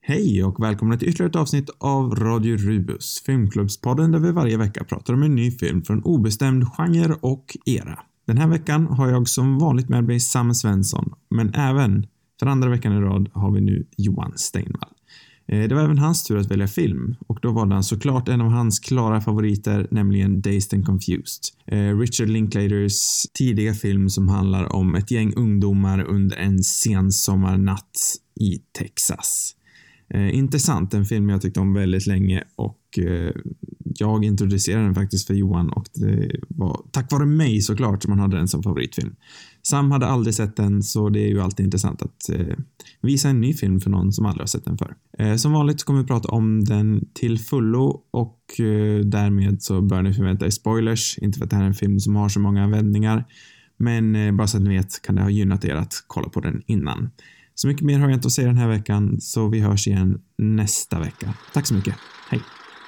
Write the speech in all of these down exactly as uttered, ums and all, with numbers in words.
Hej och välkomna till ytterligare ett avsnitt av Radio Rubus, filmklubbspodden där vi varje vecka pratar om en ny film från obestämd genre och era. Den här veckan har jag som vanligt med mig Sam Svensson, men även för andra veckan i rad har vi nu Johan Steinvall. Det var även hans tur att välja film och då valde han såklart en av hans klara favoriter, nämligen Dazed and Confused. Richard Linklaters tidiga film som handlar om ett gäng ungdomar under en sensommarnatt i Texas. Eh, intressant, en film jag tyckte om väldigt länge och eh, jag introducerade den faktiskt för Johan och det var tack vare mig såklart som man hade den som favoritfilm. Sam hade aldrig sett den så det är ju alltid intressant att eh, visa en ny film för någon som aldrig har sett den för. Eh, som vanligt så kommer vi prata om den till fullo och eh, därmed så bör ni förvänta er spoilers, inte för att det här är en film som har så många vändningar men eh, bara så att ni vet kan det ha gynnat er att kolla på den innan. Så mycket mer har jag inte att säga den här veckan, så vi hörs igen nästa vecka. Tack så mycket. Hej.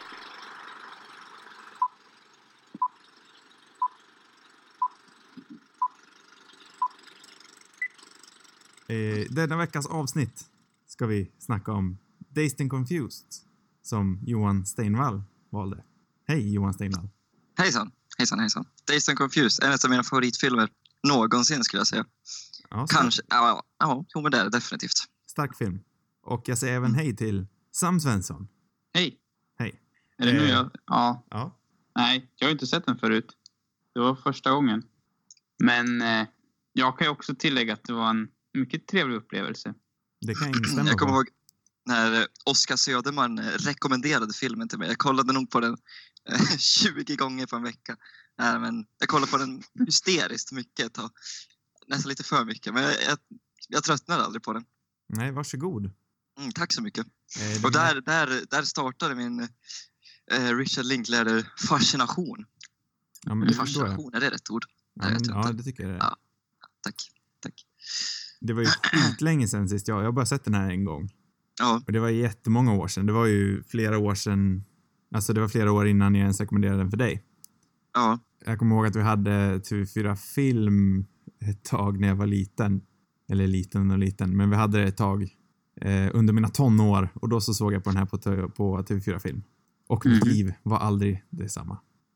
Eh, denna veckas avsnitt ska vi snacka om Dazed and Confused, som Johan Steinvall valde. Hej Johan Steinvall. Hejsan, hejsan, hejsan. Dazed and Confused är en av mina favoritfilmer någonsin skulle jag säga. Ja, Kanske, ja, ja, jo, men det är det definitivt. Stark film. Och jag säger även hej till Sam Svensson. Hej. Hej. Är det nu Eh, jag? Ja. Ja. Nej, jag har inte sett den förut. Det var första gången. Men eh, jag kan ju också tillägga att det var en mycket trevlig upplevelse. Det kan jag instämma Jag kommer på. ihåg när Oscar Söderman rekommenderade filmen till mig. Jag kollade nog på den tjugo gånger på en vecka. Nej, men jag kollade på den hysteriskt mycket ett tag. Nästan lite för mycket, men jag, jag, jag tröttnade aldrig på den. Nej, varsågod. Mm, tack så mycket. Eh, Och där, där, där startade min eh, Richard Linklater fascination. Ja, men det förstår jag. Fascination, är det rätt ord? Ja, Jag men, vet ja, inte. det tycker jag det är. Ja. Tack, tack. Det var ju skitlänge sedan sist jag. Jag har bara sett den här en gång. Ja, Och det var jättemånga år sedan. Det var ju flera år sedan. Alltså det var flera år innan jag ens rekommenderade den för dig. ja. Jag kommer ihåg att vi hade T V fyra Film ett tag när jag var liten. Eller liten och liten. Men vi hade det ett tag eh, under mina tonår. Och då så såg jag på den här på, t- på T V fyra Film. Och mitt Mhm. liv var aldrig detsamma.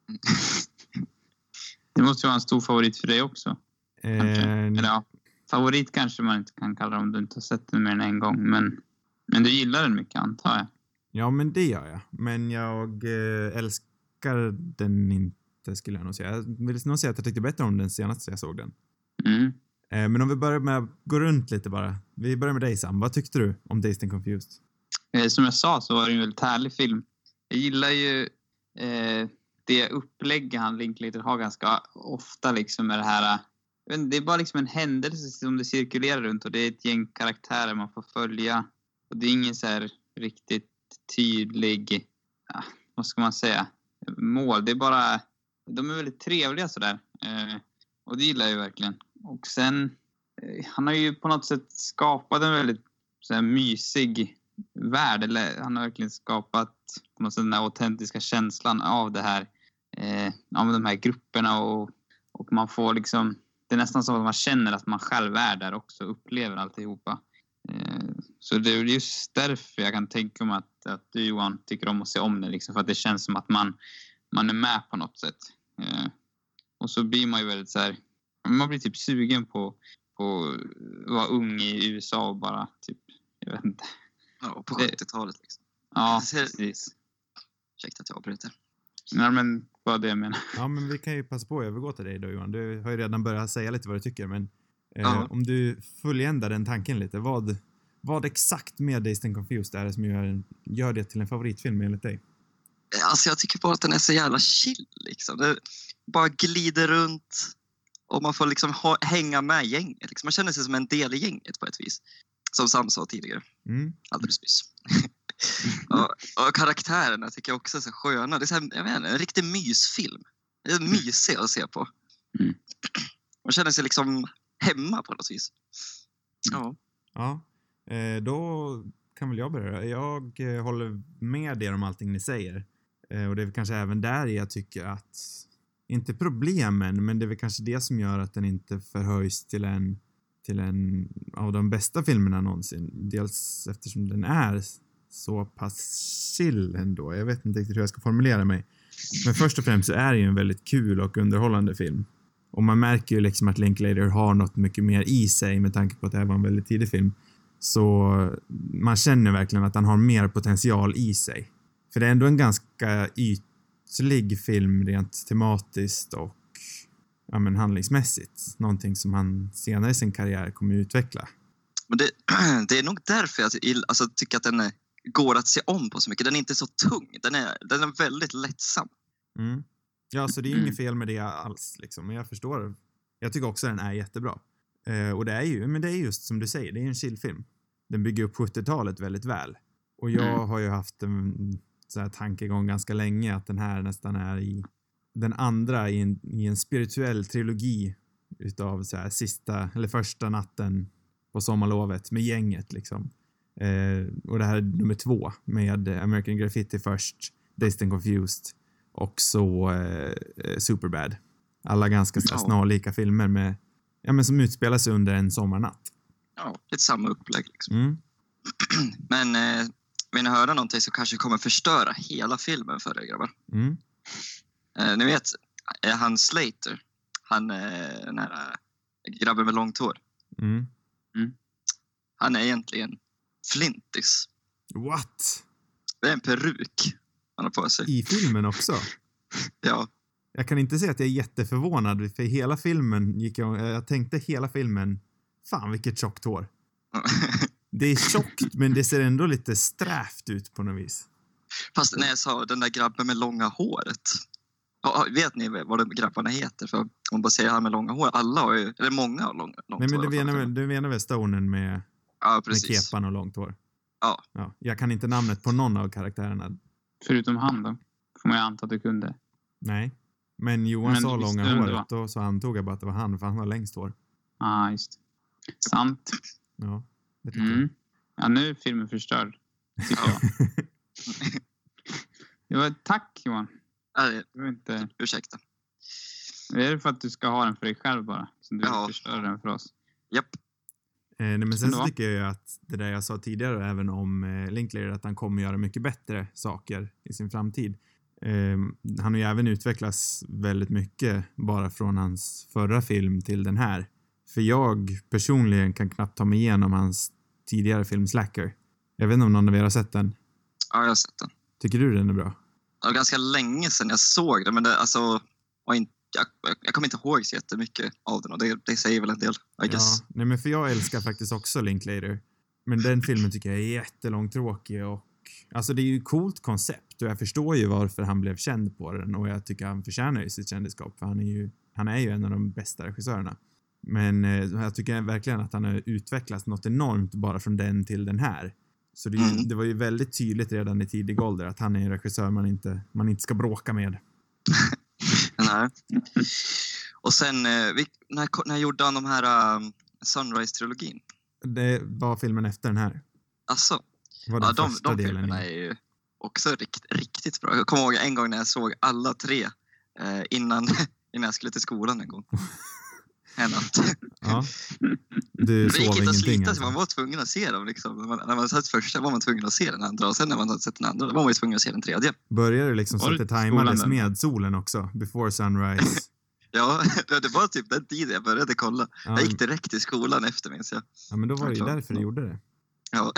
Det måste ju vara en stor favorit för dig också. kanske. Eh, Eller ja, favorit kanske man inte kan kalla det om du inte har sett den mer än en gång. Men, men du gillar den mycket, antar jag. ja, men det gör jag. Men jag eh, älskar den inte, skulle jag nog säga. Jag vill nog säga att jag tyckte bättre om den senast jag såg den. Mm. Eh, men om vi börjar med att gå runt lite bara. Vi börjar med dig, Sam. Vad tyckte du om Dazed and Confused? Eh, som jag sa så var det en väldigt härlig film. Jag gillar ju eh, det upplägg han Linklater har ganska ofta liksom med det här. Jag vet inte, det är bara liksom en händelse som det cirkulerar runt och det är ett gäng karaktärer man får följa. Och det är ingen så här riktigt tydlig, ja, vad ska man säga, mål. Det är bara, de är väldigt trevliga sådär. Eh, och det gillar jag ju verkligen. Och sen, eh, han har ju på något sätt skapat en väldigt så här, mysig värld. Eller han har verkligen skapat på något sätt den här autentiska känslan av det här, eh, av de här grupperna. Och, och man får liksom, det är nästan så att man känner att man själv är där också, upplever alltihopa. Eh, så det är just därför jag kan tänka mig att, att du, Johan, tycker om att se om det. Liksom, för att det känns som att man, man är med på något sätt. Eh, och så blir man ju väldigt så här, man blir typ sugen på, på att vara ung i U S A och bara typ, jag vet inte. Ja, på Det- sjuttiotalet liksom. Ja, Jag ser- precis. Ursäkta att jag avbryter. Nej, men vad det jag menar. Ja, men vi kan ju passa på att övergå till dig då, Johan. Du har ju redan börjat säga lite vad du tycker, men eh, Ja. om du fulländar den tanken lite. Vad, vad exakt med Dazed and Confused är det som gör, gör det till en favoritfilm enligt dig? Alltså jag tycker bara att den är så jävla chill liksom. Det bara glider runt och man får liksom ha, hänga med gänget. Liksom. Man känner sig som en del i gänget på ett vis. Som Sam sa tidigare, Mm. alldeles nyss. och, och karaktärerna tycker jag också är så sköna. Det är så här, jag vet inte, en riktig mysfilm. Det är mysig att se på. Mm. Man känner sig liksom hemma på något vis. Ja. Ja, eh, då kan väl jag börja. Jag eh, håller med er om allting ni säger. Eh, och det är väl kanske även där jag tycker att, inte problemen, men det är väl kanske det som gör att den inte förhöjs till en, till en av de bästa filmerna någonsin. Dels eftersom den är så pass chill ändå. Jag vet inte riktigt hur jag ska formulera mig. Men först och främst så är det ju en väldigt kul och underhållande film. Och man märker ju liksom att Linklater har något mycket mer i sig med tanke på att det här var en väldigt tidig film. Så man känner verkligen att han har mer potential i sig. För det är ändå en ganska ytlig film rent tematiskt och ja, men handlingsmässigt. Någonting som han senare i sin karriär kommer utveckla. Men det, det är nog därför jag alltså, tycker att den är, går att se om på så mycket. Den är inte så tung. Den är, den är väldigt lättsam. Mm. Ja, så det är ju inget fel med det alls. Liksom. Men jag förstår. Jag tycker också att den är jättebra. Eh, och det är ju, men det är just som du säger. Det är en chillfilm. Den bygger upp sjuttiotalet väldigt väl. Och jag mm. har ju haft en så här tankegång ganska länge att den här nästan är i den andra i en, i en spirituell trilogi utav så här sista eller första natten på sommarlovet med gänget liksom. Eh, och det här är nummer två med American Graffiti först, Dazed and Confused och så eh, Superbad. Alla ganska så här, snarlika filmer med, ja, men som utspelar sig under en sommarnatt. Ja, det är samma upplägg liksom. Mm. Men eh, vill ni höra någonting så kanske kommer förstöra hela filmen för er grabbar. Mm. Eh, ni vet, är han Slater, han eh, den här eh, grabben med långt hår. Mm. Mm. Han är egentligen flintis. What? Det är en peruk han har på sig. I filmen också? Ja. Jag kan inte säga att jag är jätteförvånad för hela filmen gick jag, jag tänkte hela filmen, fan vilket tjockt hår. Det är tjockt men det ser ändå lite strävt ut på något vis. Fast när jag sa den där grabben med långa håret. Vet ni vad de grabbarna heter? För om bara säger han med långa hår, alla har ju, eller många har långa, långt hår. Nej men du menar, väl, du menar väl Stonen med, ja, med kepan och långt hår? Ja. Ja. Jag kan inte namnet på någon av karaktärerna. Förutom han då? Får man ju anta att du kunde. Nej. Men Johan men sa långa håret och så antog jag bara att det var han för han har längst hår. Ja, ah, just sant. Ja, det tycker mm. jag. Ja, nu är filmen förstörd. Tycker jag. Det var, tack Johan. Nej, det var inte... Ursäkta. Det är för att du ska ha den för dig själv bara. Så du ja. förstör den för oss. Japp. Eh, nej, men sen så tycker jag att det där jag sa tidigare även om eh, Linklater att han kommer göra mycket bättre saker i sin framtid. Eh, han har ju även utvecklats väldigt mycket bara från hans förra film till den här. För jag personligen kan knappt ta mig igenom hans tidigare film Slacker. Jag vet inte om någon av er har sett den. Ja, jag har sett den. Tycker du den är bra? Det var ganska länge sedan jag såg den, men det, alltså, var inte, jag, jag kommer inte ihåg så jättemycket av den och det, det säger väl en del, I guess. Ja, nej men för jag älskar faktiskt också Linklater. Men den filmen tycker jag är jättelångtråkig och alltså det är ju ett coolt koncept och jag förstår ju varför han blev känd på den och jag tycker han förtjänar ju sitt kändisskap för han är ju, han är ju en av de bästa regissörerna. Men eh, jag tycker verkligen att han har utvecklats något enormt bara från den till den här. Så det, mm. det var ju väldigt tydligt redan i tidig ålder att han är en regissör man inte, man inte ska bråka med. Nej. Och sen, eh, vi, när, när gjorde han de här um, Sunrise-trilogin? Det var filmen efter den här. Asså? Var den ja, första de, de delen filmerna är ju också rikt, riktigt bra. Jag kommer ihåg en gång när jag såg alla tre eh, innan, innan jag skulle till skolan en gång. En natt. Ja. Du sov ingenting slita, alltså. Man var tvungen att se dem liksom. När man, när man sett första var man tvungen att se den andra och sen när man hade sett den andra då var man ju tvungen att se den tredje. Började du liksom så att det tajmades med solen också? Before sunrise? Ja, det var typ den tiden jag började kolla. Ja. Jag gick direkt till skolan efter minns jag. Ja, men då var det ju därför du gjorde det. Ja.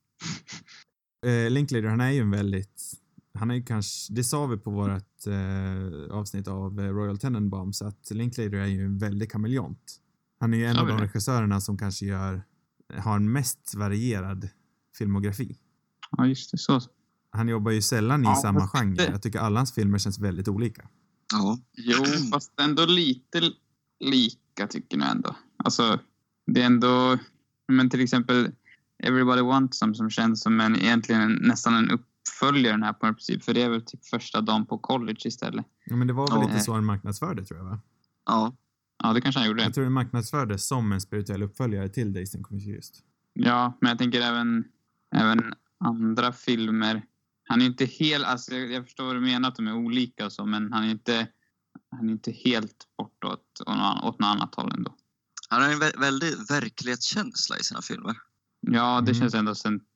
eh, Linklater, han är ju en väldigt... Han är ju kanske... Det sa vi på vårt eh, avsnitt av Royal Tenenbaums att Linklater är ju en väldigt kameleont. Han är ju en av de regissörerna som kanske gör, har en mest varierad filmografi. Ja, just det. Så. Han jobbar ju sällan i ja, samma genre. Det. Jag tycker alla hans filmer känns väldigt olika. Ja. Jo, fast ändå lite lika tycker jag ändå. Alltså, det är ändå... Men till exempel Everybody Wants Some som känns som en, egentligen nästan en uppföljare den här på princip. För det är väl typ första dagen på college istället. Ja, men det var väl ja. lite så en marknadsförde tror jag, va? Ja. Ja, det kanske han gjorde. Jag tror det marknadsfördes som en spirituell uppföljare till Dazed and Confused. Ja, men jag tänker även, även andra filmer. Han är inte helt... Alltså, jag, jag förstår vad du menar att de är olika och så, men han är inte, han är inte helt bortåt åt, åt något annat håll ändå. Han har en vä- väldigt verklighetskänsla i sina filmer. Ja, det Mm. känns ändå cent-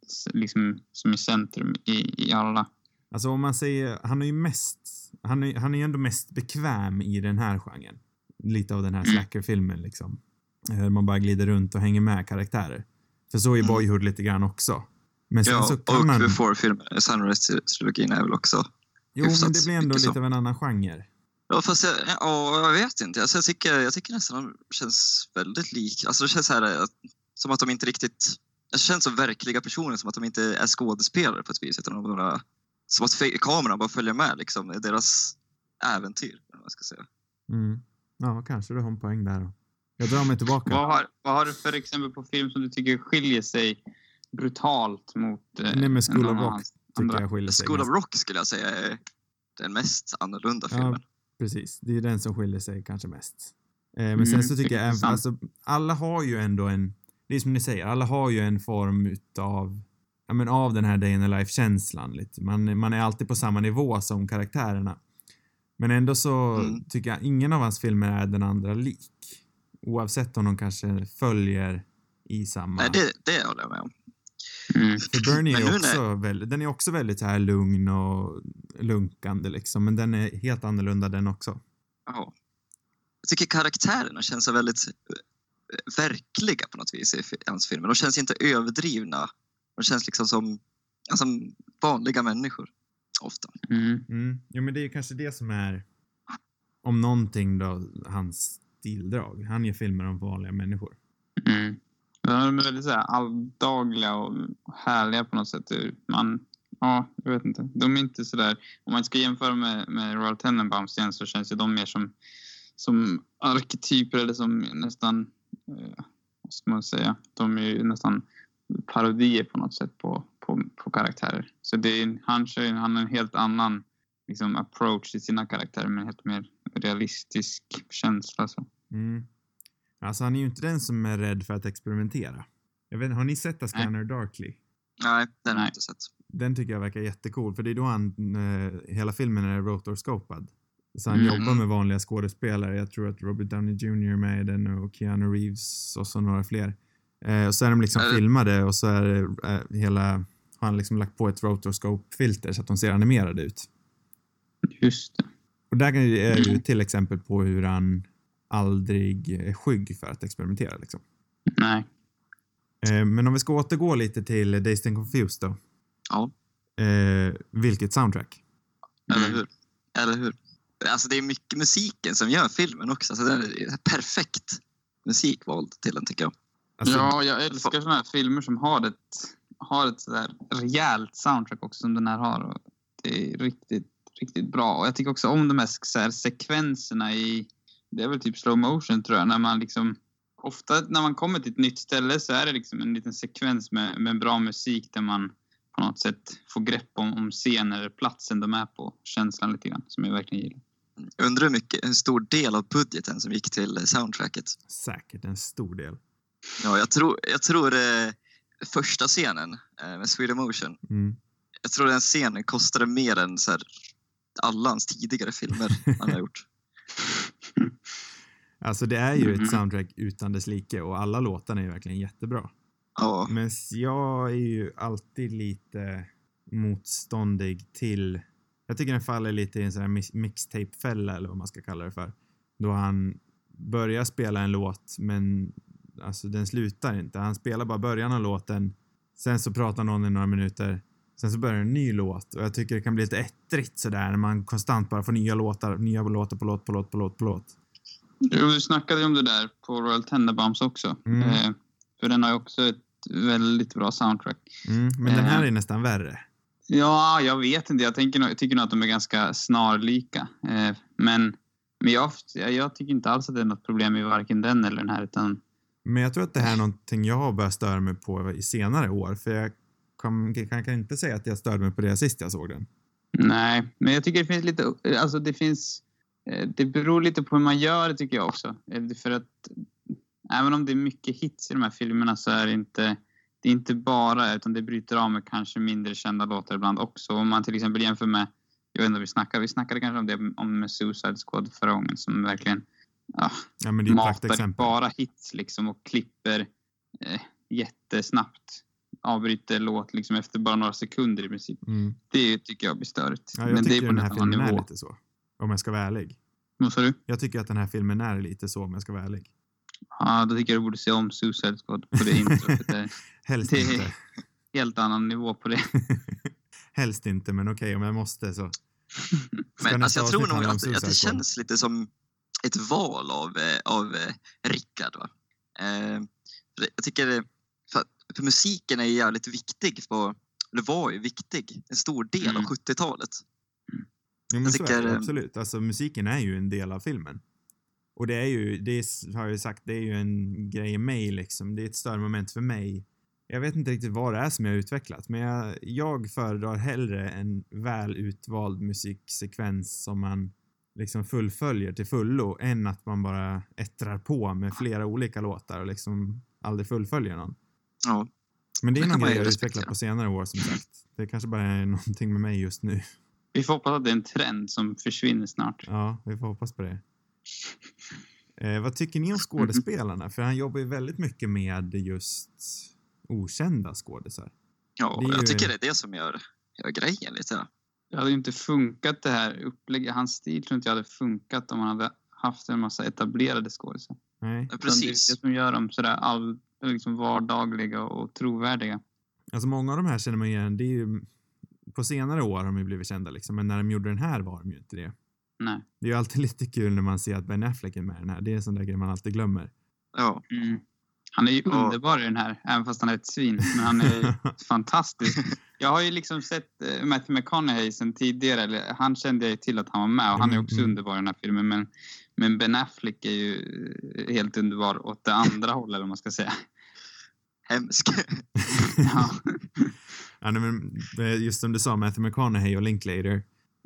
liksom som i centrum i, i alla. Alltså om man säger, han är ju mest, han är, han är ju ändå mest bekväm i den här genren. Lite av den här slackerfilmen liksom. Man bara glider runt och hänger med karaktärer. För så är mm. Boyhood lite grann också. Men sen ja, så kan och han... Before-filmen, Sunrise-trilogin är väl också... Jo, men det blir ändå lite så. Av en annan genre. Ja, fast jag, ja, jag vet inte. Alltså, jag, tycker, jag tycker nästan de känns väldigt lik. Alltså det känns här att, som att de inte riktigt... Det känns som verkliga personer, som att de inte är skådespelare på ett vis. Utan de bara, som att kameran bara följer med liksom, i deras äventyr, vad man ska säga. Mm. Ja, kanske du har en poäng där då. Jag drar mig tillbaka. Vad har, vad har du för exempel på film som du tycker skiljer sig brutalt mot... Eh, Nej, men School of Rock tycker andra. jag skiljer sig. School of Rock skulle jag säga är den mest annorlunda filmen. Ja, precis. Det är den som skiljer sig kanske mest. Eh, men mm, sen så tycker jag även, alltså, alla har ju ändå en, det är som ni säger, alla har ju en form utav, ja men av den här Day in the Life-känslan lite. Man, man är alltid på samma nivå som karaktärerna. Men ändå så mm. tycker jag ingen av hans filmer är den andra lik. Oavsett om de kanske följer i samma... Nej, det, det håller jag med om. Mm. För Bernie är också när... väldigt, den är också väldigt så här lugn och lunkande liksom. Men den är helt annorlunda den också. Ja. Jag tycker karaktärerna känns väldigt verkliga på något vis i hans filmer. De känns inte överdrivna. De känns liksom som, som vanliga människor. Ofta. Mm. Mm. Jo, men det är kanske det som är, om någonting då, hans stildrag. Han gör filmer om vanliga människor. Mm. De är väldigt så här alldagliga och härliga på något sätt. Man, ja, jag vet inte. De är inte så där, om man ska jämföra med, med Royal Tenenbaums igen, så känns ju de mer som, som arketyper eller som nästan, eh, vad ska man säga, de är ju nästan parodier på något sätt på, på, på karaktärer. Så det är, han, kör, han har en helt annan liksom, approach till sina karaktärer, med en helt mer realistisk känsla. Så. Mm. Alltså han är ju inte den som är rädd för att experimentera. Jag vet, har ni sett A Scanner Darkly? Nej, den har jag inte sett. Den tycker jag verkar jättecool, för det är då han, eh, hela filmen är rotorscopad. Så han Mm. jobbar med vanliga skådespelare. Jag tror att Robert Downey junior är med i den och Keanu Reeves och så några fler. Eh, och så är de liksom äh. filmade och så är det, eh, hela, har han liksom lagt på ett rotoscope-filter så att de ser animerade ut. Just det. Och där är ju till exempel på hur han aldrig är skygg för att experimentera liksom. Nej. Eh, men om vi ska återgå lite till Dazed and Confused då. Ja. Eh, vilket soundtrack. Eller hur? Eller hur? Alltså det är mycket musiken som gör filmen också. Alltså det är perfekt musikvald till den, tycker jag. Alltså, ja, jag älskar såna här filmer som har ett, har ett sådär rejält soundtrack också, som den här har. Och det är riktigt, riktigt bra. Och jag tycker också om de här, så här sekvenserna i, det är väl typ slow motion tror jag, när man liksom, ofta när man kommer till ett nytt ställe så är det liksom en liten sekvens med, med bra musik där man på något sätt får grepp om, om scenen eller platsen de är på, känslan lite grann, som jag verkligen gillar. Jag undrar hur mycket, en stor del av budgeten som gick till soundtracket. Säkert en stor del. Ja, jag tror, jag tror eh, första scenen eh, med Sweet Emotion. Mm. Jag tror den scenen kostade mer än så här, alla hans tidigare filmer han har gjort. Alltså det är ju ett soundtrack utan dess like, och alla låtarna är ju verkligen jättebra. Ja. Men jag är ju alltid lite motståndig till, jag tycker den faller lite i en sån här mixtape-fälla eller vad man ska kalla det för. Då han börjar spela en låt men alltså den slutar inte. Han spelar bara början av låten, sen så pratar någon i några minuter, sen så börjar en ny låt, och jag tycker det kan bli lite ettrigt sådär när man konstant bara får nya låtar, nya låtar på låt på låt på låt på låt. Jo, vi snackade om det där på Royal Tenenbaums också. Mm. Eh, för den har ju också ett väldigt bra soundtrack. Mm, men den här är nästan värre. Ja, jag vet inte. Jag, tänker, jag tycker nog att de är ganska snarlika. Eh, men men jag, jag tycker inte alls att det är något problem i varken den eller den här. Utan... Men jag tror att det här är någonting jag har börjat störa mig på i senare år. För jag kan, kan, kan inte säga att jag störde mig på det sist jag såg den. Nej, men jag tycker det finns lite... Alltså det finns... Det beror lite på hur man gör det, tycker jag också. För att även om det är mycket hits i de här filmerna så är det inte... Det är inte bara, utan det bryter av med kanske mindre kända låtar ibland också. Om man till exempel jämför med, jag vet inte, vi snackade, vi snackade kanske om det om med Suicide Squad förra gången, som verkligen ja, ja, men det är matar bara hits liksom och klipper eh, jättesnabbt avbryter låt liksom efter bara några sekunder i princip. Mm. Det tycker jag blir störigt. Ja, jag men tycker det är på den här en annan filmen nivå. är lite så. Om jag ska vara ärlig. Vad sa du? Jag tycker att den här filmen är lite så, om jag ska vara ärlig. Ja, då tycker jag du borde se om Suicide Squad på det introt. Det, Helst det är inte. helt annan nivå på det. Helst inte, men okej, okay, om jag måste så. Ska Men alltså, jag tror nog handla om att, att det Suicide Squad? känns lite som ett val av, eh, av eh, Rickard. Va? Eh, för jag tycker det, för, för musiken är jävligt viktig. På, eller var ju viktig. En stor del Mm. av sjuttiotalet. Jo, men Jag så är tycker, det, eh, absolut. Alltså musiken är ju en del av filmen. Och det är ju, det är, har jag ju sagt, det är ju en grej i mig liksom. Det är ett större moment för mig. Jag vet inte riktigt vad det är som jag har utvecklat. Men jag, jag föredrar hellre en väl utvald musiksekvens som man liksom fullföljer till fullo. Än att man bara ättrar på med flera olika låtar och liksom aldrig fullföljer någon. Ja. Men det är Det någon kan man grej ju jag har respektera. utvecklat på senare år som sagt. Det kanske bara är någonting med mig just nu. Vi får hoppas att det är en trend som försvinner snart. Ja, vi får hoppas på det. Eh, vad tycker ni om skådespelarna? För han jobbar ju väldigt mycket med just okända skådisar. Ja, Det är jag ju- tycker det är det som gör, gör grejen lite. Ja. Det hade ju inte funkat det här upplägget. Hans stil tror inte jag hade funkat om man hade haft en massa etablerade skådespelare. Nej. Ja, Utan Det är precis. det som gör dem sådär all, liksom vardagliga och trovärdiga. Alltså många av de här känner man igen. Det är ju, på senare år har de ju blivit kända liksom. Men när de gjorde den här var de ju inte det. Nej. Det är ju alltid lite kul när man ser att Ben Affleck är med i den här. Det är en sån där grej man alltid glömmer. Ja. Mm. Han är ju Ja. underbar i den här, även fast han är ett svin. Men han är fantastisk. Jag har ju liksom sett eh, Matthew McConaughey sen tidigare. Eller, han kände jag ju till att han var med och han är också Mm, mm. underbar i den här filmen. Men, men Ben Affleck är ju eh, helt underbar åt det andra hållet, om man ska säga. Hemsk. Ja. Ja, nej, men eh, just som du sa, Matthew McConaughey och Linklater,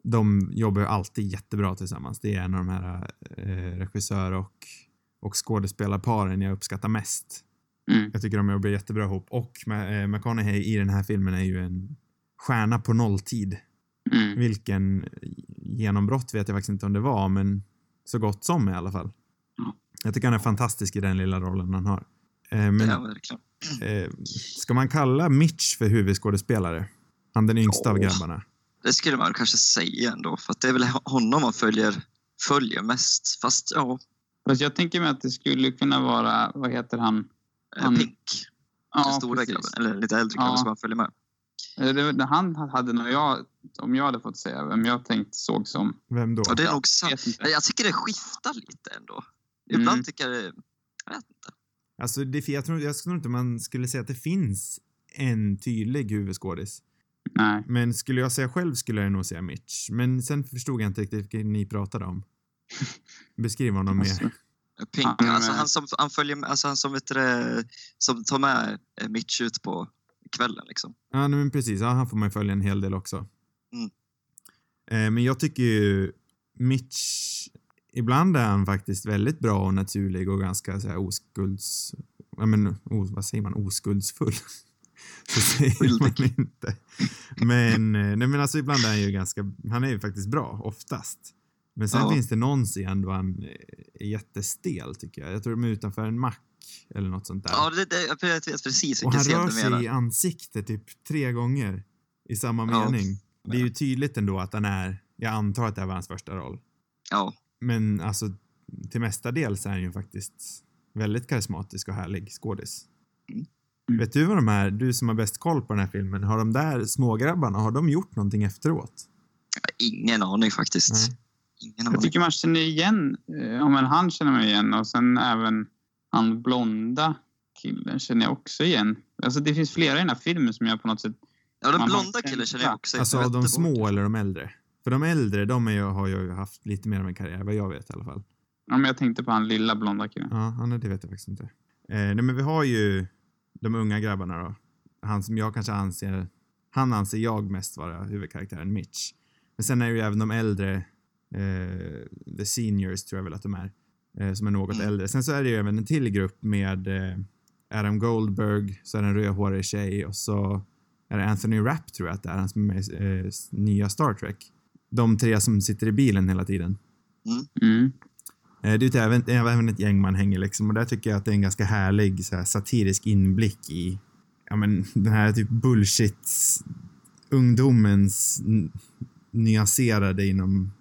de jobbar ju alltid jättebra tillsammans. Det är en av de här eh, regissör och, och skådespelarparen jag uppskattar mest. Mm. Jag tycker de jobbar jättebra ihop. Och eh, McConaughey i den här filmen är ju en stjärna på nolltid. Mm. Vilken genombrott vet jag faktiskt inte om det var, men så gott som i alla fall. Ja. Jag tycker han är fantastisk i den lilla rollen han har. Eh, men Ja, verkligen. eh, ska man kalla Mitch för huvudskådespelare? Han den yngsta av Ja. grabbarna. Det skulle man kanske säga ändå. För att det är väl honom man följer, följer mest. Fast ja, Fast jag tänker mig att det skulle kunna vara, vad heter han? eh, Han- Pink. Den Ja, stora precis. grabben. Eller lite äldre grabben Ja. som man följer med. Eh, det, det, han hade nog jag, om jag hade fått säga, vem jag tänkt såg som. Vem då? Och det är Ja, nog sant. vet inte. Jag tycker det skiftar lite ändå. Ibland Mm. tycker jag det... Jag vet inte. Alltså, det, jag, tror, jag tror inte man skulle säga att det finns en tydlig huvudskådis. Nej. Men skulle jag säga själv skulle jag nog säga Mitch. Men sen förstod jag inte riktigt vilket ni pratade om. Beskriv honom mer. Alltså, Pink, Han är alltså med. han som, han följer med, alltså han som, vet du, det, som tar med eh, Mitch ut på kvällen liksom. Ja, nej, men precis. Ja, han får man ju följa en hel del också. Mm. Eh, men jag tycker ju Mitch, ibland är han faktiskt väldigt bra och naturlig och ganska så här oskulds... Ja, men, o, vad säger man? Oskuldsfull. Så säger man inte. Men, eh, nej, men alltså ibland är han ju ganska... Han är ju faktiskt bra, oftast. Men sen Ja. finns det någon scen då han är jättestel, tycker jag. Jag tror de är utanför en mack eller något sånt där. Ja, det, det, jag vet precis Och vilken han scen rör du sig menar. i ansiktet typ tre gånger i samma Ja. mening. Det är ju tydligt ändå att han är... Jag antar att det här var hans första roll. Ja, Men alltså till mesta del så är han ju faktiskt väldigt karismatisk och härlig skådis. Mm. Vet du vad de här, du som har bäst koll på den här filmen, har de där smågrabbarna, har de gjort någonting efteråt? ingen aning faktiskt. Nej. Ingen jag aning. tycker man känner igen, eh, ja men han känner man igen och sen även han blonda killen känner jag också igen. Alltså det finns flera i den här filmen som jag på något sätt, Ja, den man har blonda killen känsla. känner jag också. Alltså Jag av vet de inte bort. små eller de äldre? För de äldre, de är ju, har ju haft lite mer av en karriär, vad jag vet i alla fall. ja men jag tänkte på han lilla blonda killen. Ja, ja, nej, det vet jag faktiskt inte. Eh, nej, men vi har ju de unga grabbarna då. Han som jag kanske anser, han anser jag mest vara huvudkaraktären Mitch. Men sen är det ju även de äldre, eh, the seniors tror jag väl att de är, eh, som är något Mm. äldre. Sen så är det ju även en till grupp med eh, Adam Goldberg, så är det en rödhårig tjej och så är det Anthony Rapp tror jag att det är, han som är med i eh, nya Star Trek. De tre som sitter i bilen hela tiden. Mm. Eh, Det är ju även, även ett gäng man hänger liksom, och där tycker jag att det är en ganska härlig så här, satirisk inblick i ja men den här typ bullshit ungdomens n- nyanserade inom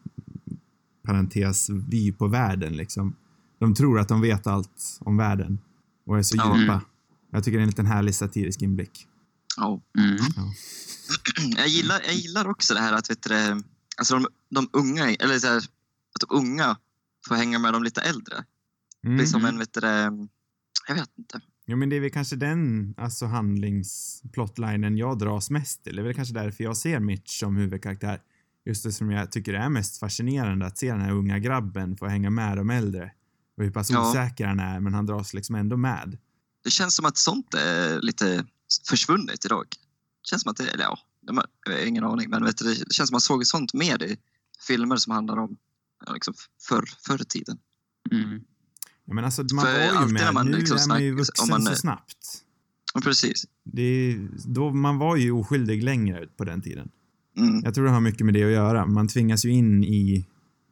parentes vy på världen liksom. De tror att de vet allt om världen och är så Ja. djupa. Mm. Jag tycker det är en liten härlig satirisk inblick. Ja. Mm. Ja. Jag gillar, jag gillar också det här att vet du, det, alltså de, de unga, eller så här, att de unga får hänga med de lite äldre. Mm. Det är som en, vet du, det, jag vet inte. Jo, men det är väl kanske den alltså handlingsplotlinen jag dras mest till. Det är väl kanske därför jag ser Mitch som huvudkaraktär. Just det som jag tycker är mest fascinerande, att se den här unga grabben få hänga med de äldre. Och hur pass Ja. osäker han är, men han dras liksom ändå med. Det känns som att sånt är lite försvunnet idag. Det känns som att det, eller ja, jag har ingen aning, men vet du, det känns som att man såg sånt mer i filmer som handlar om ja, liksom förr, förr i tiden. Mm. Ja, men alltså man För var ju alltid med, när man nu liksom är man ju snack- vuxen om man- så snabbt. Ja, precis. Det är, då, man var ju oskyldig längre på den tiden. Mm. Jag tror det har mycket med det att göra. Man tvingas ju in i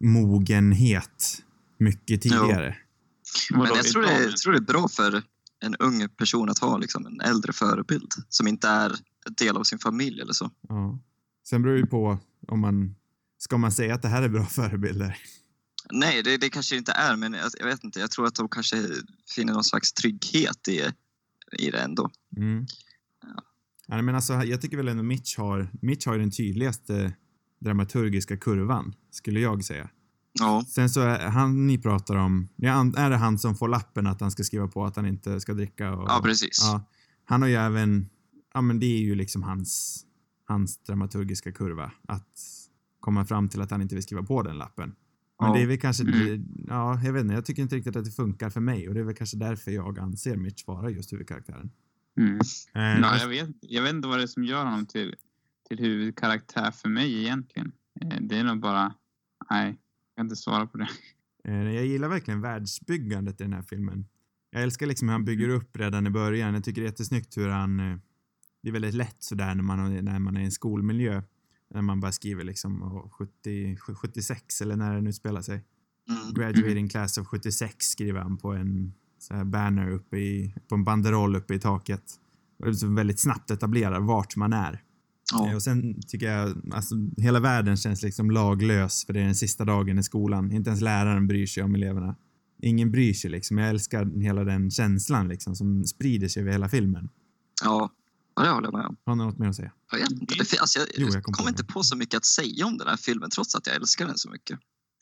mogenhet mycket tidigare. Men Vadå, jag tror det, idag? jag tror det är bra för en ung person att ha liksom en äldre förebild som inte är en del av sin familj eller så. Ja. Sen beror det ju på om man... Ska man säga att det här är bra förebilder? Nej, det, det kanske inte är, men jag, jag vet inte. Jag tror att de kanske finner någon slags trygghet i, i det ändå. Mm. Ja. Ja, men alltså, jag tycker väl ändå Mitch har, Mitch har ju den tydligaste dramaturgiska kurvan, skulle jag säga. Ja, Sen så är han ni pratar om, ja, är det han som får lappen att han ska skriva på att han inte ska dricka? Och, ja precis. ja, han har ju även, ja men det är ju liksom hans, hans dramaturgiska kurva, att komma fram till att han inte vill skriva på den lappen. Men Ja. det är väl kanske, Mm. ja jag vet inte, jag tycker inte riktigt att det funkar för mig och det är väl kanske därför jag anser Mitch vara just huvudkaraktären. Mm. Eh, Ja, jag, vet, jag vet inte vad det är som gör honom till, till huvudkaraktär för mig egentligen. Eh, Det är nog bara... Nej, jag kan inte svara på det. Eh, Jag gillar verkligen världsbyggandet i den här filmen. Jag älskar liksom hur han bygger upp redan i början. Jag tycker det är jättesnyggt hur han... eh, Det är väldigt lätt sådär när man, när man är i en skolmiljö. När man bara skriver liksom åh, sjuttio, sjuttiosex eller när det nu spelar sig. Mm. Graduating class of sjuttiosex skriver han på en så här banner uppe i... På en banderoll uppe i taket. Och det är så väldigt snabbt etablerar vart man är. Eh, Ja. Och sen tycker jag, alltså hela världen känns liksom laglös för det är den sista dagen i skolan. Inte ens läraren bryr sig om eleverna. Ingen bryr sig liksom. Jag älskar hela den känslan liksom som sprider sig över hela filmen. Ja, ja, det håller jag med om. Har ni något mer att säga? Jag vet inte. Det, fin- alltså jag, Jo, jag kom på kommer det. inte på så mycket att säga om den här filmen trots att jag älskar den så mycket.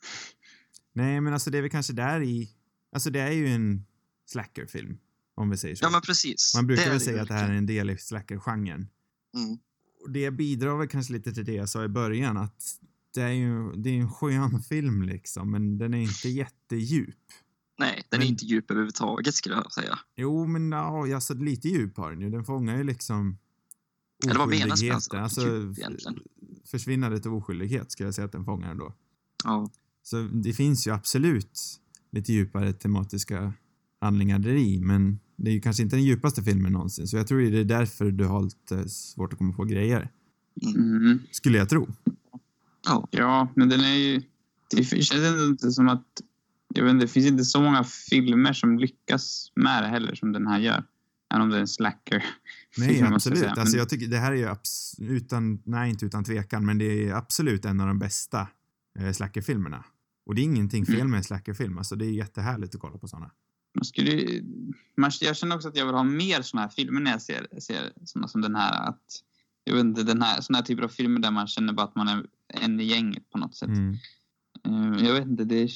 Nej, men alltså det är väl kanske där i... Alltså det är ju en slackerfilm, om vi säger så. Ja, men precis. Man brukar Det är väl det säga att det här är verkligen. en del i slackergenren. Mm. Och det bidrar väl kanske lite till det jag sa i början, att det är ju det är en skön film liksom, men den är inte jättedjup. Nej, den Men- är inte djup överhuvudtaget skulle jag säga. Jo, men ja, alltså lite djup har den ju. Den fångar ju liksom Eller vad menas med oskyldigheten. alltså, Alltså, djup egentligen? f- försvinnandet av oskyldighet skulle jag säga att den fångar ändå. Ja. Så det finns ju absolut lite djupare tematiska handlingar där i, men det är ju kanske inte den djupaste filmen någonsin. Så jag tror ju det är därför du har lite svårt att komma på grejer. Mm. Mm. Skulle jag tro. Ja. Ja, men den är ju... Det känns ändå inte som att... Jag vet inte, det finns inte så många filmer som lyckas med det heller som den här gör. Även om det är en slacker. Nej, film, måste jag absolut. säga. Alltså Men- jag tycker det här är ju abs- utan, nej inte utan tvekan, men det är absolut en av de bästa eh, slackerfilmerna. Och det är ingenting fel Mm. med en slackerfilm. Alltså det är jättehärligt att kolla på sådana. Man skulle, man, jag känner också att jag vill ha mer såna här filmer när jag ser, ser såna som den här. Att, jag vet inte, den här, såna här typer av filmer där man känner bara att man är en i gänget på något sätt. Mm. Eh, jag vet inte, det,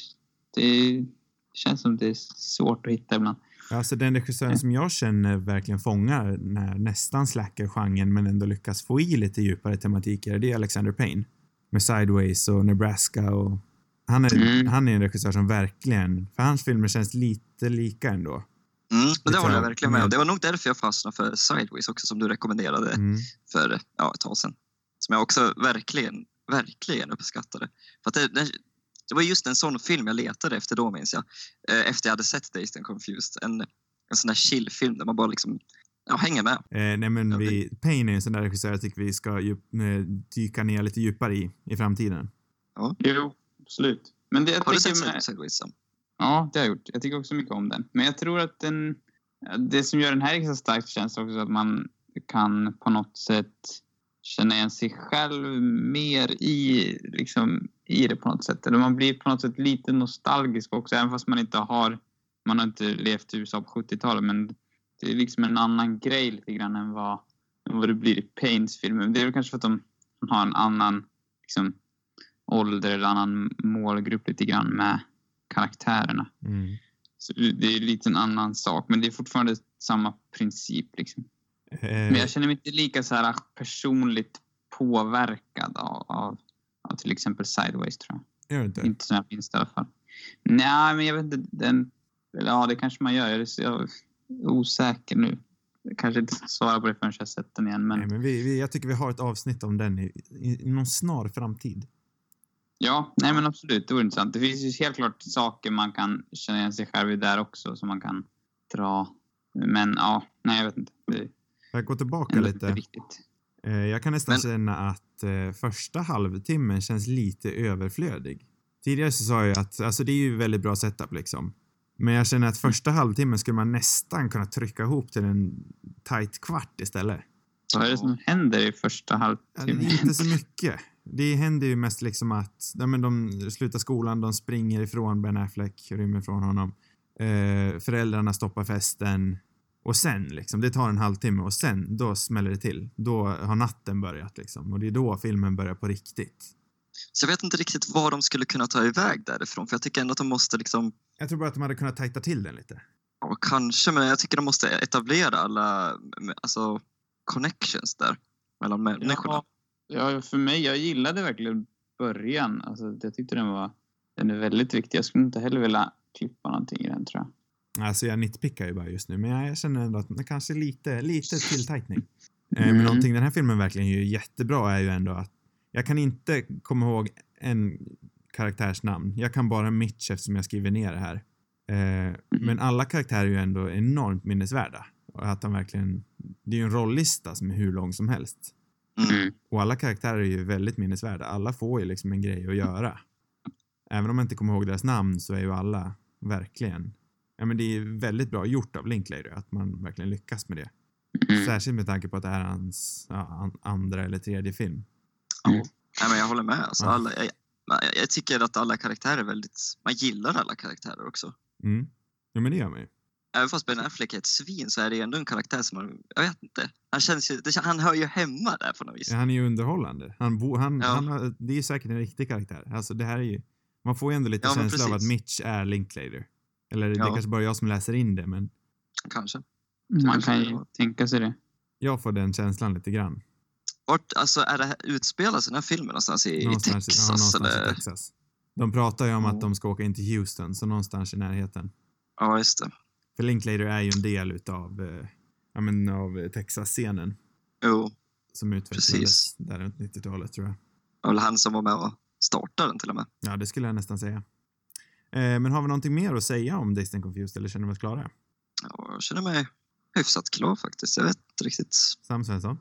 det känns som det är svårt att hitta ibland. Alltså den regissören som jag känner verkligen fångar den här nästan slacker-genren men ändå lyckas få i lite djupare tematiker, det är Alexander Payne. Med Sideways och Nebraska och han är, Mm. han är en regissör som verkligen, för hans filmer känns lite lika ändå. Mm, men det Lite håller jag verkligen med om. med- Det var nog därför jag fastnade för Sideways också, som du rekommenderade Mm. för ja, ett tag sedan. Som jag också verkligen, verkligen uppskattade. För att det, det, det var just en sån film jag letade efter då, minns jag. Eh, Efter jag hade sett Dazed and Confused. En, en sån där chill-film där man bara liksom ja, hänger med. Eh, nej men Ja, vi, Payne är en sån där regissör jag tycker vi ska djup, eh, dyka ner lite djupare i i framtiden. Jo, absolut. Men det, jag Har du tycker sett med- Sideways? Sam? Ja, det har jag gjort. Jag tycker också mycket om den. Men jag tror att den... Det som gör den här extra starkt känns också att man... kan på något sätt känna igen sig själv mer i, liksom, i det på något sätt. Eller man blir på något sätt lite nostalgisk också, även fast man inte har, man har inte levt i U S A på sjuttiotalet, men det är liksom en annan grej lite grann än vad, än vad det blir i Pains-filmen. Det är väl kanske för att de har en annan liksom, ålder eller annan målgrupp lite grann med karaktärerna. Mm. Så det är lite en annan sak, men det är fortfarande samma princip liksom. Eh, Men jag känner mig inte lika så här personligt påverkad av, av, av till exempel Sideways, tror jag. Gör inte? Inte som jag minns i alla fall. Nej, men jag vet inte. Den, ja, det kanske man gör. Jag är, så, jag är osäker nu. Jag kanske inte ska svara på det förrän jag har sett den igen. Men, Nej, men vi, vi, jag tycker vi har ett avsnitt om den i, i, i någon snar framtid. ja, nej men absolut. Det vore intressant. Det finns ju helt klart saker man kan känna igen sig själv i där också som man kan dra. Men ja, nej jag vet inte. Det, Jag går tillbaka lite. Riktigt. Eh, jag kan nästan Men- känna att eh, första halvtimmen känns lite överflödig. Tidigare så sa jag att alltså, det är ju väldigt bra setup liksom. Men jag känner att första halvtimmen skulle man nästan kunna trycka ihop till en tight kvart istället. Vad är det som händer i första Ja, halvtimmen? det är inte så mycket. Det händer ju mest liksom att ja, men de slutar skolan, de springer ifrån Ben Affleck, rymmer från honom. Eh, föräldrarna stoppar festen. Och sen liksom, det tar en halvtimme och sen, då smäller det till. Då har natten börjat liksom. Och det är då filmen börjar på riktigt. Så jag vet inte riktigt vad de skulle kunna ta iväg därifrån. För jag tycker ändå att de måste liksom, Jag tror bara att de hade kunnat tajta till den lite. ja, kanske, men jag tycker de måste etablera alla alltså, connections där mellan människorna. Ja, ja, för mig, jag gillade verkligen början. Alltså, jag tyckte den var den är väldigt viktig. Jag skulle inte heller vilja klippa någonting i den, tror jag. Alltså jag nitpickar ju bara just nu. Men jag känner ändå att det kanske är lite, lite tilltajtning. Eh, Mm. Men någonting den här filmen verkligen gör jättebra är ju ändå att jag kan inte komma ihåg en karaktärs namn. Jag kan bara Mitch eftersom jag skriver ner det här. Eh, men alla karaktärer är ju ändå enormt minnesvärda. Och att de verkligen, det är ju en rolllista som är hur lång som helst. Mm. Och alla karaktärer är ju väldigt minnesvärda. Alla får ju liksom en grej att göra. Även om man inte kommer ihåg deras namn så är ju alla verkligen... Ja, men det är väldigt bra gjort av Linklater att man verkligen lyckas med det. Mm. Särskilt med tanke på att det här är hans ja, an- andra eller tredje film. Ja. Nej, men jag håller med. Alltså, Ja. alla, jag, jag, jag tycker att alla karaktärer är väldigt... Man gillar alla karaktärer också. Mm. Ja, men det gör man ju. Även fast Ben Affleck är ett svin så är det ändå en karaktär som man... Jag vet inte. Han, känns ju, det, han hör ju hemma där på något vis. Ja, han är ju underhållande. Han bo, han, Ja. han har, det är ju säkert en riktig karaktär. Alltså det här är ju... Man får ju ändå lite Ja, men känsla av att precis. Mitch är Linklater. Eller det är Ja. kanske bara jag som läser in det, men Kanske. Man kan ju tänka sig det. jag får den känslan lite grann. Vart, alltså, är det här, utspelar sig den här filmen någonstans i, i Någonstans, Texas? ja, någonstans eller? i Texas. De pratar ju om Ja. att de ska åka in till Houston, så någonstans i närheten. Ja, just det. För Linklater är ju en del utav, eh, ja, men av Texas-scenen Jo, som utvecklades Precis. där runt nittiotalet, tror jag. det var väl han som var med och startade den till och med. Ja, det skulle jag nästan säga. Eh, men har vi någonting mer att säga om Dazed and Confused, eller känner vi oss klara? Ja, jag känner mig hyfsat klar faktiskt. Jag vet inte riktigt. Sam Svensson?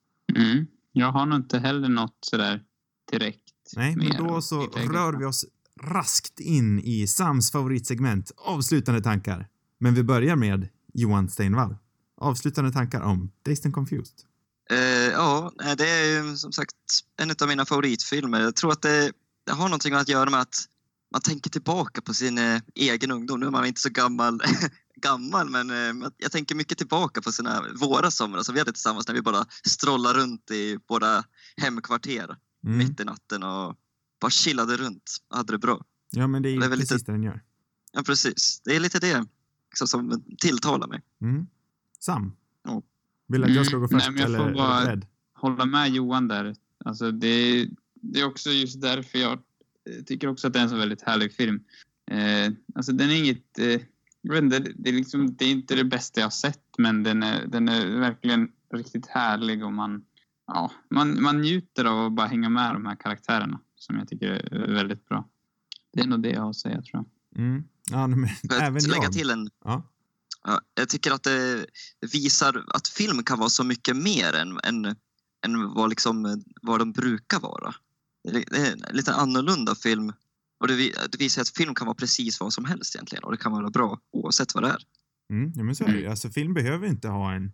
Mm. Jag har nog inte heller något sådär direkt. Nej, men mer då att så tillägga. rör vi oss raskt in i Sams favoritsegment, avslutande tankar. Men vi börjar med Johan Steinvall. Avslutande tankar om Dazed and Confused. Eh, ja, nej, det är ju som sagt en av mina favoritfilmer. Jag tror att det, det har någonting att göra med att man tänker tillbaka på sin eh, egen ungdom. Nu är man inte så gammal, gammal men eh, jag tänker mycket tillbaka på sina, våra somrar som vi hade tillsammans när vi bara strollade runt i våra hemkvarter Mm. mitt i natten och bara chillade runt och hade det bra. Ja, men det är ju Det är väl precis lite- det den gör. Ja, precis. Det är lite det liksom, som tilltalar mig. Mm. Sam? Ja. Vill du att jag ska gå Mm, först, nej, men jag eller får är bara- du beredd? Hålla med Johan där. Alltså det, det är också just därför jag tycker också att det är en så väldigt härlig film. Eh, alltså den är inget... Eh, jag vet inte, det, är liksom, det är inte det bästa jag har sett, men den är, den är verkligen riktigt härlig och man, ja, man, man njuter av att bara hänga med de här karaktärerna som jag tycker är väldigt bra. Det är nog det jag har att säga, tror jag. Mm. Ja, men, För att även lägga jag. till en... Ja. Ja, jag tycker att det visar att film kan vara så mycket mer än, än, än vad, liksom, vad de brukar vara. Det är en lite annorlunda film. Och det, vi- det visar att film kan vara precis vad som helst egentligen. Och det kan vara bra oavsett vad det är. Mm, ja, men så är det ju. Alltså, film behöver inte ha en...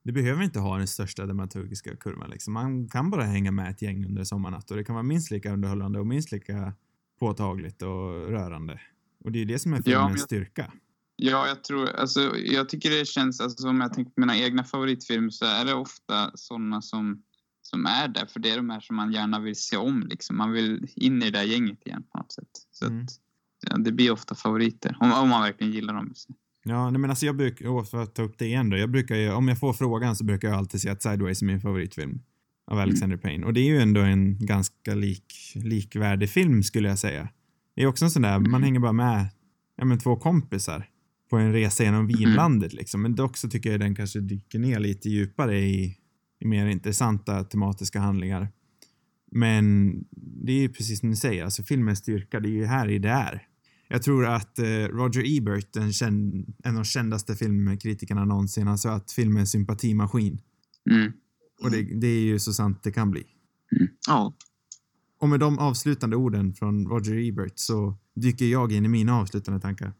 Det behöver inte ha den största dramaturgiska kurvan. Liksom. Man kan bara hänga med ett gäng under sommarnatt och det kan vara minst lika underhållande och minst lika påtagligt och rörande. Och det är det som är filmens Ja, jag, styrka. Ja, jag tror, alltså, jag tycker det känns, alltså, om jag tänker på mina egna favoritfilmer så är det ofta sådana som, som är där. För det är de här som man gärna vill se om. Liksom. Man vill in i det där gänget igen på något sätt. Så Mm. att, ja, det blir ofta favoriter. Om, om man verkligen gillar dem. Ja, nej, men alltså jag brukar, för att ta upp det igen då, jag brukar ju, om jag får frågan så brukar jag alltid säga att Sideways är min favoritfilm av Alexander Mm. Payne. Och det är ju ändå en ganska lik, likvärdig film skulle jag säga. Det är också en sån där, man hänger bara med ja, men två kompisar på en resa genom Vinlandet liksom. Men dock så tycker jag den kanske dyker ner lite djupare i, i mer intressanta tematiska handlingar. Men det är ju precis som ni säger, alltså filmens styrka, det är ju här i det är. Jag tror att eh, Roger Ebert, en, känd, en av de kändaste filmkritikerna någonsin, har sagt att filmen är en sympatimaskin. Mm. Och det, det är ju så sant det kan bli. Mm. Ja. Och med de avslutande orden från Roger Ebert så dyker jag in i mina avslutande tankar.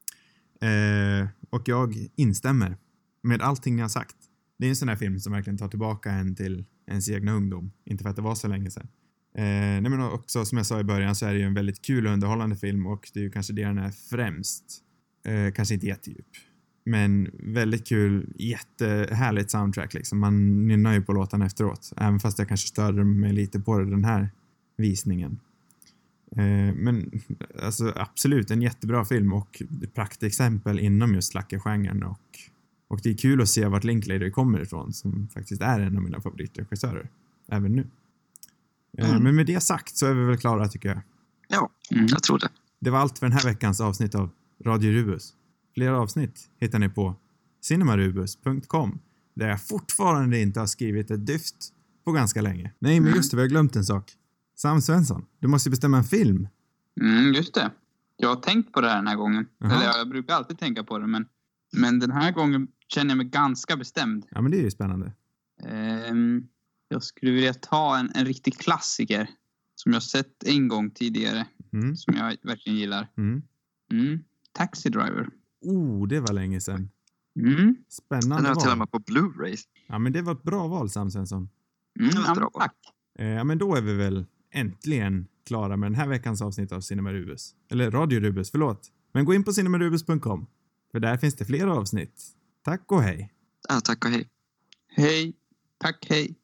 Eh, och jag instämmer med allting ni har sagt. Det är en sån här film som verkligen tar tillbaka en till ens egna ungdom. Inte för att det var så länge sedan. Eh, nej men också som jag sa i början så är det ju en väldigt kul och underhållande film. Och det är ju kanske det den är främst. Eh, kanske inte jättedjup. Men väldigt kul, jättehärligt soundtrack liksom. Man nynnar ju på låtarna efteråt. Även fast jag kanske störde mig lite på den här visningen. Eh, men alltså absolut en jättebra film och praktexempel inom just slackergenren och, och det är kul att se vart Linklater kommer ifrån som faktiskt är en av mina favoritregissörer även nu. Eh, Mm. Men med det sagt så är vi väl klara tycker jag. Ja, Mm. jag tror det. Det var allt för den här veckans avsnitt av Radio Rubus. Fler avsnitt hittar ni på cinemarubus punkt com där jag fortfarande inte har skrivit ett dyft på ganska länge. Nej, men just det, vi har glömt en sak. Sam Svensson, du måste bestämma en film. Mm, just det. Jag har tänkt på det här den här gången. Jaha. Eller jag brukar alltid tänka på det. Men, men den här gången känner jag mig ganska bestämd. Ja, men det är ju spännande. Ehm, jag skulle vilja ta en, en riktig klassiker. Som jag sett en gång tidigare. Mm. Som jag verkligen gillar. Mm. Mm, Taxi Driver. Oh, det var länge sedan. Mm. Den Spännande har till och val. med på Blu-ray. Ja, men det var ett bra val, Sam Svensson. Mm, Det var ja, bra. tack. Eh, ja, men då är vi väl äntligen klara med den här veckans avsnitt av Cinema Rubus. Eller Radio Rubus, förlåt. Men gå in på cinemarubus punkt com. För där finns det flera avsnitt. Tack och hej. Ja, tack och hej. Hej. Tack, hej.